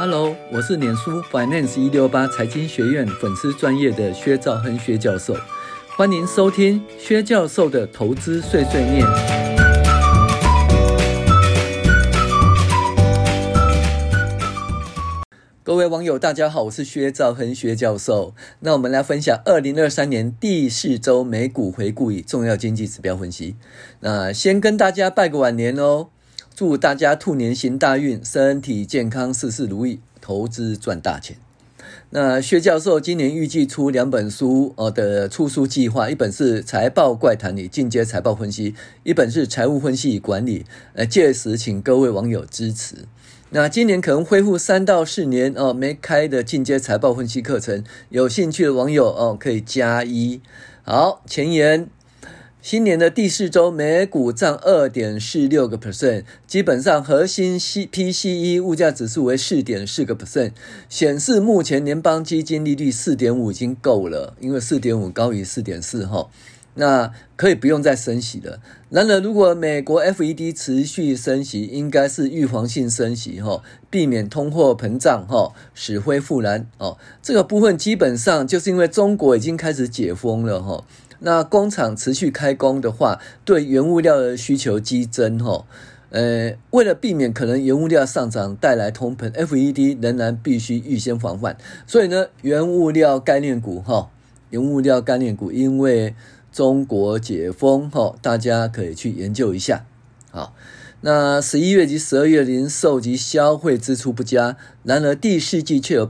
Hello， 我是脸书 Finance 168财经学院粉丝专业的薛兆亨薛教授，欢迎收听薛教授的投资碎碎念。各位网友大家好，我是薛兆亨薛教授。那我们来分享2023年第4周美股回顾与重要经济指标分析。那先跟大家拜个晚年哦，祝大家兔年行大运，身体健康，事事如意，投资赚大钱。那薛教授今年预计出2本书的出书计划，一本是财报怪谈与进阶财报分析，一本是财务分析与管理，届时请各位网友支持。那今年可能恢复3到4年没开的进阶财报分析课程，有兴趣的网友可以加1。好，前言，新年的第4周美股涨 2.46%， 基本上核心 PCE 物价指数为 4.4%， 显示目前联邦基金利率 4.5 已经够了，因为 4.5 高于 4.4 那可以不用再升息了。然而如果美国 FED 持续升息，应该是预防性升息避免通货膨胀死灰复燃这个部分基本上就是因为中国已经开始解封了那工厂持续开工的话，对原物料的需求激增为了避免可能原物料上涨带来通膨， FED 仍然必须预先防范。所以呢，原物料概念股因为中国解封大家可以去研究一下。好，那11月及12月零售及消费支出不佳，然而第4季却有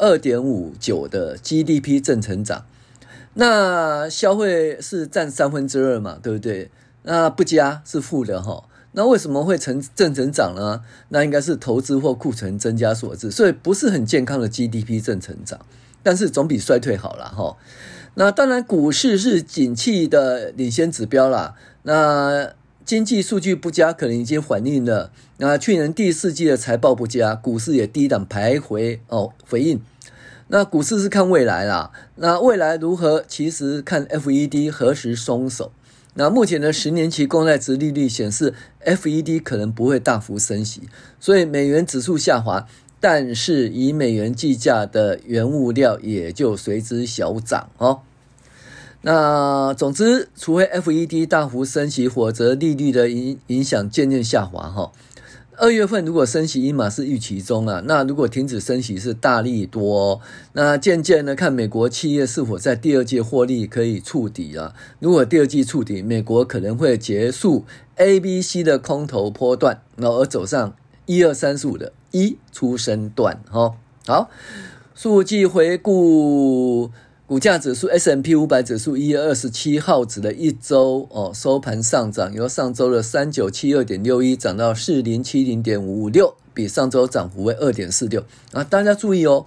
2.59% 的 GDP 正成长。那消费是占2/3嘛，对不对？那不佳是负的那为什么会正成长呢？那应该是投资或库存增加所致，所以不是很健康的 GDP 正成长，但是总比衰退好啦那当然股市是景气的领先指标啦，那经济数据不佳可能已经反映了，那去年第4季的财报不佳，股市也低档徘徊回应。那股市是看未来啦，那未来如何其实看 FED 何时松手。那目前的10年期公债殖利率显示 FED 可能不会大幅升息，所以美元指数下滑，但是以美元计价的原物料也就随之小涨那总之，除非 FED 大幅升息，否则利率的影响渐渐下滑2月份如果升息1码是预期中那如果停止升息是大利多那渐渐呢看美国企业是否在第2季获利可以触底如果第2季触底，美国可能会结束 ABC 的空头波段而走上1、2、3、4、5的1出生段好，数据回顾股价指数 S&P 500指数1月27号指的一周收盘上涨，由上周的 3972.61 涨到 4070.56， 比上周涨幅为 2.46 大家注意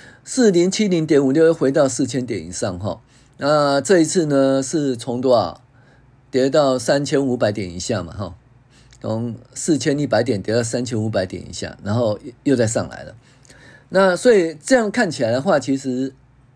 4070.56 回到4000点以上那这一次呢是从多少跌到3500点以下嘛从4100点跌到3500点以下，然后又再上来了。那所以这样看起来的话，其实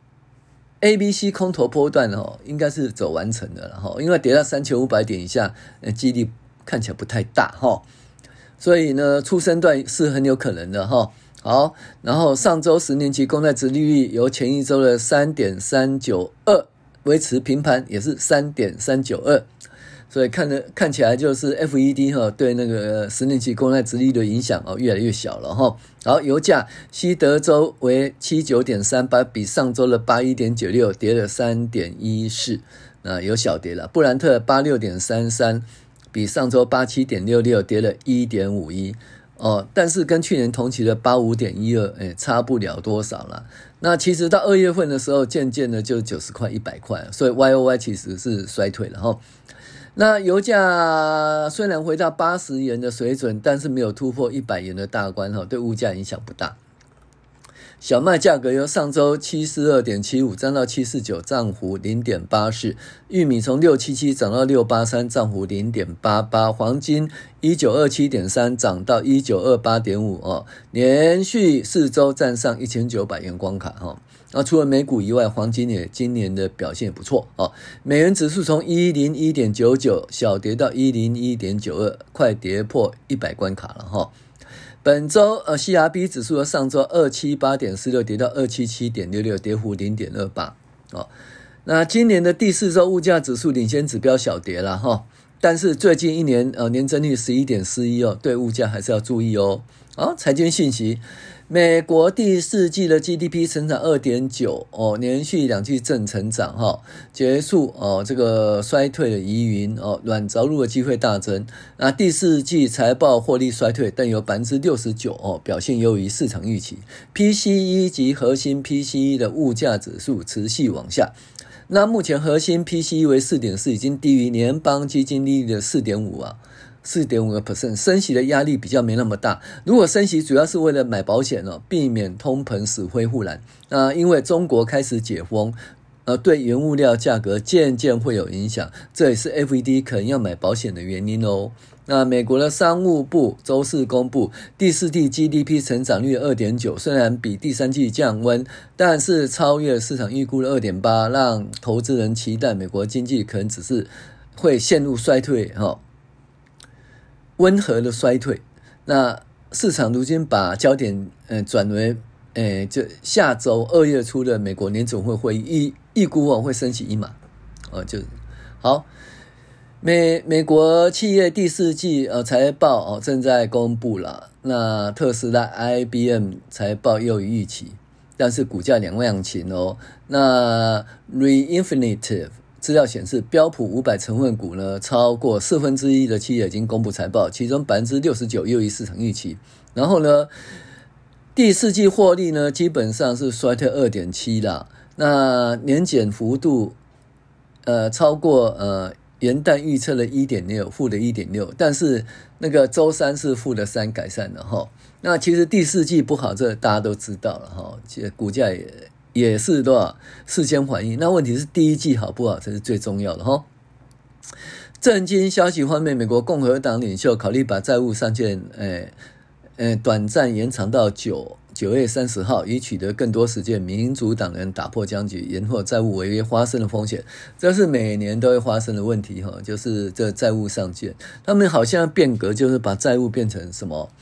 ABC 空头波段应该是走完成的了因为跌到3500点以下几率看起来不太大所以呢出生段是很有可能的好，然后上周10年期公债殖利率由前一周的 3.392 维持平盘，也是 3.392， 所以看起来就是 FED 对那个10年期公债殖利率的影响越来越小了好，油价西德州为 79.38， 比上周的 81.96 跌了 3.14， 有小跌了。布兰特 86.33， 比上周 87.66 跌了 1.51但是跟去年同期的 85.12 差不了多少了。那其实到2月份的时候渐渐的就90块100块，所以 YOY 其实是衰退了那油价虽然回到80元的水准，但是没有突破100元的大关对物价影响不大。小麦价格由上周 72.75 涨到749，涨幅 0.84， 玉米从677涨到683，涨幅 0.88， 黄金 1927.3 涨到 1928.5 连续4周站上1900元关卡除了美股以外，黄金也今年的表现也不错美元指数从 101.99 小跌到 101.92， 快跌破100关卡了本周CRB 指数上周278.46跌到277.66，跌幅0.28哦。那今年的第4周物价指数领先指标小跌了哈，但是最近一年年增率 11.41 哦，对物价还是要注意哦。好，财经信息，美国第4季的 GDP 成长 2.9 哦，连续2季正成长哈，结束这个衰退的疑云哦，软着陆的机会大增。那第4季财报获利衰退，但有 69% 哦，表现优于市场预期。PCE 及核心 PCE 的物价指数持续往下。那目前核心 PCE 为 4.4， 已经低于联邦基金利率的 4.5 啊。4.5%， 升息的压力比较没那么大。如果升息主要是为了买保险避免通膨死灰复燃。因为中国开始解封，对原物料价格渐渐会有影响，这也是 FED 可能要买保险的原因哦。那美国的商务部周四公布第4季 GDP 成长率 2.9， 虽然比第3季降温，但是超越市场预估的 2.8， 让投资人期待美国经济可能只是会陷入衰退温和的衰退。那市场如今把焦点转为就下周2月初的美国联准会会议预估会升息1码就好。美国企业第4季财报正在公布了，那特斯拉 IBM 财报优于预期，但是股价两样情哦。那 Refinitiv 资料显示，标普500成分股呢，超过1/4的企业已经公布财报，其中 69% 优于市场预期。然后呢，第4季获利呢，基本上是衰退 2.7 啦。那年减幅度超过元旦预测的 1.6， 负的 1.6， 但是那个周3是负的3，改善了哈。那其实第4季不好，这大家都知道了哈，股价也是多少事先反应。那问题是第1季好不好才是最重要的哈。政经消息方面，美国共和党领袖考虑把债务上限短暂延长到9月30号，以取得更多时间。民主党人打破僵局，延后债务违约发生的风险，这是每年都会发生的问题哈，就是这债务上限。他们好像变革，就是把债务变成什么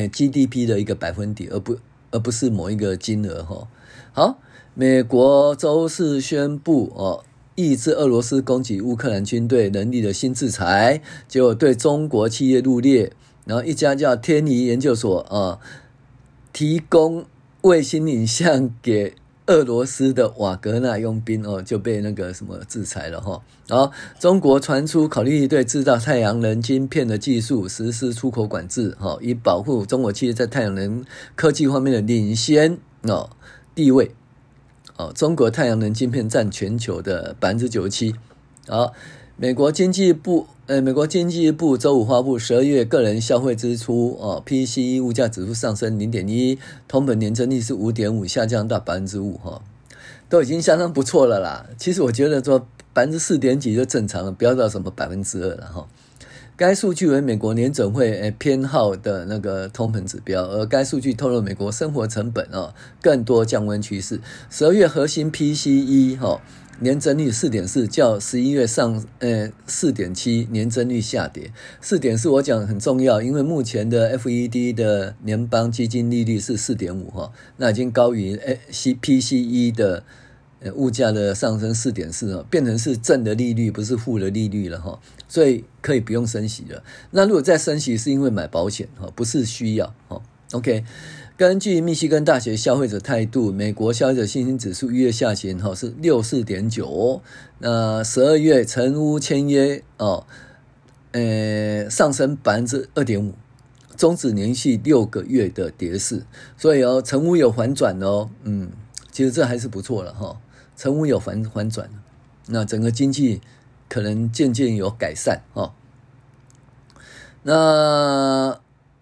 GDP 的一个百分比，而不是某一个金额哈。好，美国周四宣布抑制俄罗斯攻击乌克兰军队能力的新制裁，结果对中国企业入列。然后一家叫天仪研究所提供卫星影像给俄罗斯的瓦格纳佣兵就被那个什么制裁了哈。然后中国传出考虑对制造太阳能晶片的技术实施出口管制以保护中国企业在太阳能科技方面的领先地位。中国太阳能晶片占全球的 97%。好，美国经济部周五发布12月个人消费支出PCE 物价指数上升 0.1， 通膨年增率是 5.5， 下降到 5% 都已经相当不错了啦。其实我觉得说 4. 几就正常了，不要到什么 2% 了哈。该数据为美国联准会偏好的那个通膨指标，而该数据透露美国生活成本更多降温趋势。12月核心 PCE年增率 4.4， 较11月上4.7 年增率下跌。4.4 我讲很重要，因为目前的 FED 的联邦基金利率是 4.5 那已经高于PCE 的物价的上升 4.4 变成是正的利率，不是负的利率了所以可以不用升息了。那如果再升息是因为买保险不是需要OK。根据密西根大学消费者态度，美国消费者信心指数预月下行是 64.9 那12月成屋签约上升 2.5%， 终止连续6个月的跌势。所以成屋有反转其实这还是不错了成屋有反转，那整个经济可能渐渐有改善那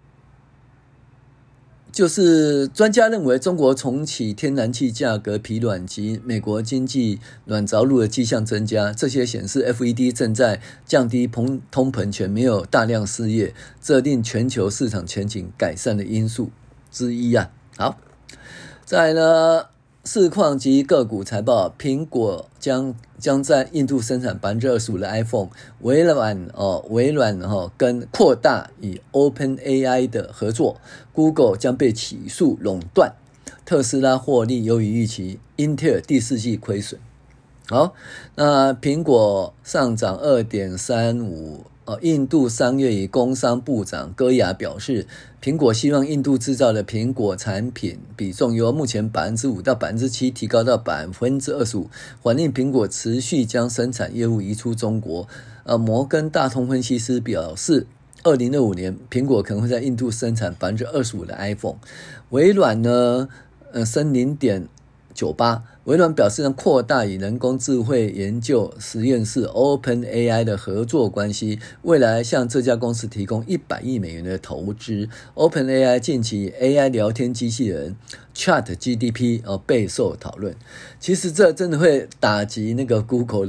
就是专家认为，中国重启天然气价格疲软及美国经济软着陆的迹象增加，这些显示 FED 正在降低通膨，却没有大量失业，这令全球市场前景改善的因素之一啊。好，再来呢， 市况及个股财报，苹果将在印度生产25%的 iPhone， 微软跟扩大与 OpenAI 的合作， Google 将被起诉垄断，特斯拉获利优于预期，英特尔第四季亏损。好，那苹果上涨 2.35%。印度商业与工商部长戈雅表示，苹果希望印度制造的苹果产品比重由目前 5% 到 7% 提高到 25%， 反映苹果持续将生产业务移出中国。摩根大通分析师表示，2025年苹果可能会在印度生产 25% 的 iPhone。 微软呢升 0.98%。微软表示将扩大与人工智慧研究实验室 OpenAI 的合作关系，未来向这家公司提供100亿美元的投资。OpenAI 近期 AI 聊天机器人 ChatGPT 备受讨论。其实这真的会打击那个 Google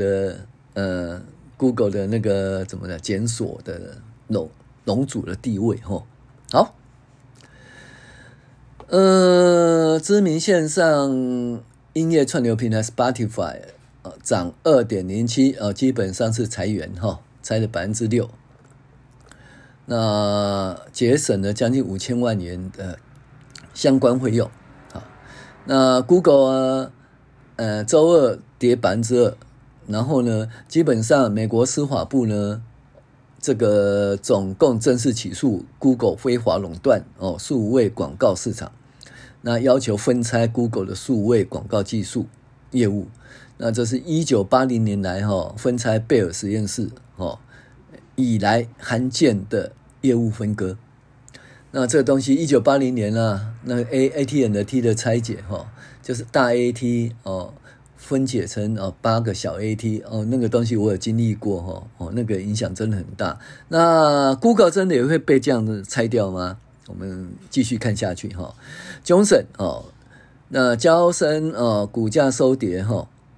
的那个怎么的检索的龙主的地位好，知名线上音乐串流平台 Spotify 涨 2.07%， 基本上是裁员裁了 6%， 那节省了将近5000万元的相关费用。那 Google 周二跌 2%， 然后呢基本上美国司法部呢这个总共正式起诉 Google 非法垄断数位广告市场，那要求分拆 Google 的数位广告技术业务。那这是1980年来分拆贝尔实验室以来罕见的业务分割。那这个东西1980年那 AT&T 的拆解就是大 AT 分解成8个小 AT 那个东西我有经历过那个影响真的很大。那 Google 真的也会被这样子拆掉吗？我们继续看下去Johnson 那交生股价收跌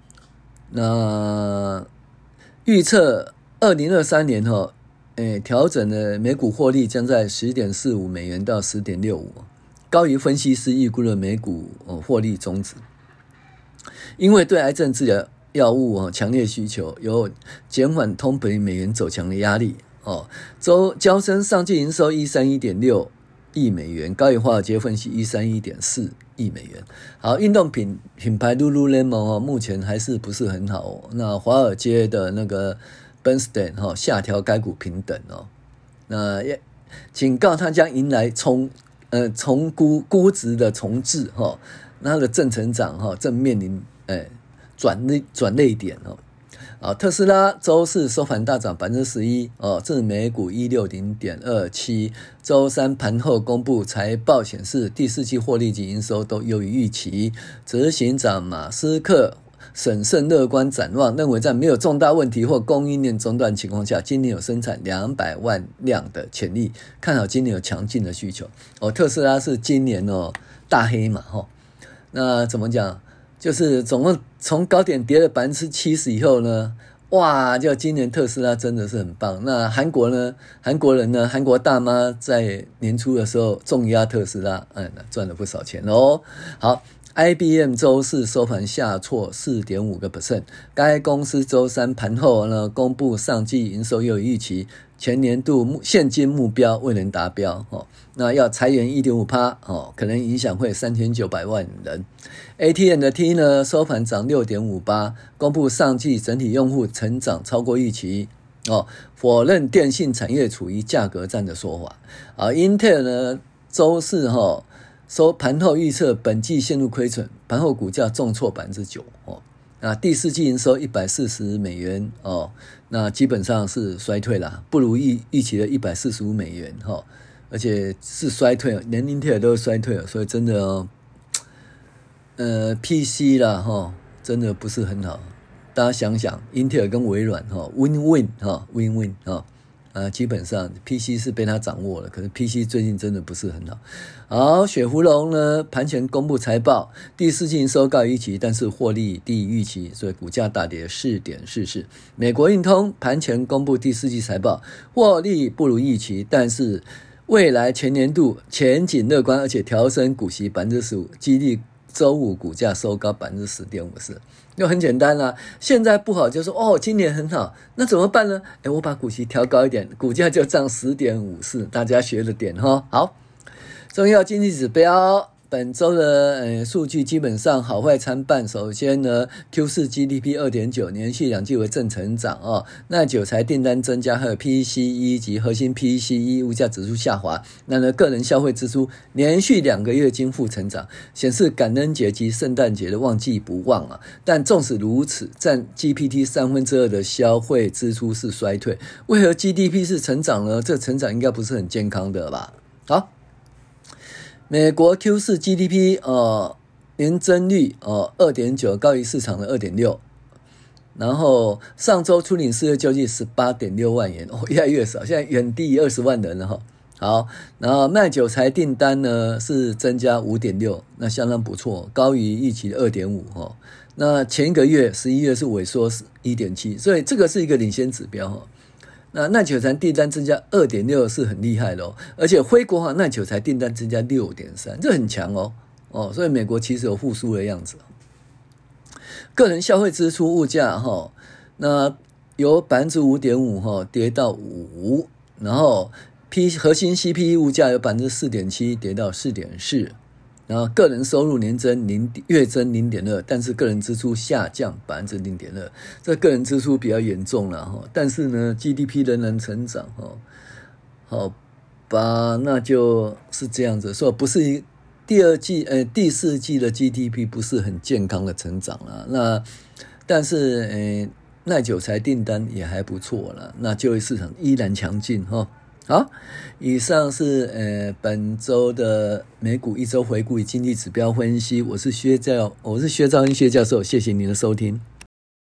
那预测2023年调整的每股获利将在 10.45 美元到 10.65， 高于分析师预估的每股获利中值。因为对癌症治疗药物强烈需求，有减缓通膨美元走强的压力交生上季营收 131.6亿美元，高于华尔街分析 131.4亿美元。好，运动品牌 Lululemon 目前还是不是很好那华尔街的那个 Bernstein 下调该股评等那警告它将迎来重估值的重置那它的正成长正面临转捩点特斯拉周四收盘大涨 11%至每股 160.27， 周三盘后公布财报显示第四季获利及营收都优于预期。执行长马斯克审慎乐观展望，认为在没有重大问题或供应链中断情况下，今年有生产200万辆的潜力，看好今年有强劲的需求特斯拉是今年大黑马那怎么讲，就是总共从高点跌了 70% 以后呢，哇，就今年特斯拉真的是很棒。那韩国人呢，韩国大妈在年初的时候重压特斯拉赚了不少钱好，IBM 周四收盘下挫 4.5%， 该公司周三盘后呢公布上季营收优于预期，全年度现金目标未能达标那要裁员 1.5% 可能影响会3900万人。AT&T 呢收盘涨 6.58%， 公布上季整体用户成长超过预期否认电信产业处于价格战的说法英特尔呢周四收盘后预测本季陷入亏损，盘后股价重挫 9% 那第四季营收140美元那基本上是衰退啦，不如预期的145美元而且是衰退连英特尔都衰退了，所以真的PC 啦真的不是很好。大家想想英特尔跟微软win-win 基本上 PC 是被他掌握了，可是 PC 最近真的不是很好。好，雪佛龙呢盘前公布财报，第四季营收高于预期，但是获利低于预期，所以股价大跌 4.44%。美国运通盘前公布第四季财报，获利不如预期，但是未来全年度前景乐观，而且调升股息 15%， 激励周五股价收高 10.54%， 就很简单啦。现在不好就说今年很好，那怎么办呢？我把股息调高一点，股价就涨 10.54%， 大家学了点齁。好，重要经济指标本周的数据基本上好坏参半。首先呢 Q4 GDP 2.9 连续2季为正成长耐久材订单增加，还有 PCE 及核心 PCE 物价指数下滑。那呢个人消费支出连续2个月均负成长，显示感恩节及圣诞节的旺季不旺但纵使如此，占 GPT 2/3的消费支出是衰退。为何 GDP 是成长呢？这成长应该不是很健康的吧。好，美国 Q4 GDP 年增率2.9 高于市场的 2.6， 然后上周初领失业救济 18.6 万元越来越少，现在远低于20万人了好，然后耐久材订单呢是增加 5.6， 那相当不错，高于预期的 2.5 那前一个月11月是萎缩 1.7， 所以这个是一个领先指标那耐久材订单增加 2.6 是很厉害的而且非国行耐久材订单增加 6.3， 这很强所以美国其实有复苏的样子。个人消费支出物价那由 5.5% 跌到 5%， 然后核心 CPI 物价由 4.7% 跌到 4.4%，然后个人收入月增 0.2%， 但是个人支出下降 0.2%， 这个人支出比较严重了但是呢 GDP 仍然成长好吧，那就是这样子，所以不是第四季的 GDP 不是很健康的成长啦。那但是耐久材订单也还不错啦，那就业市场依然强劲好，以上是本周的美股一周回顾与经济指标分析。我是薛兆恒薛教授，谢谢您的收听。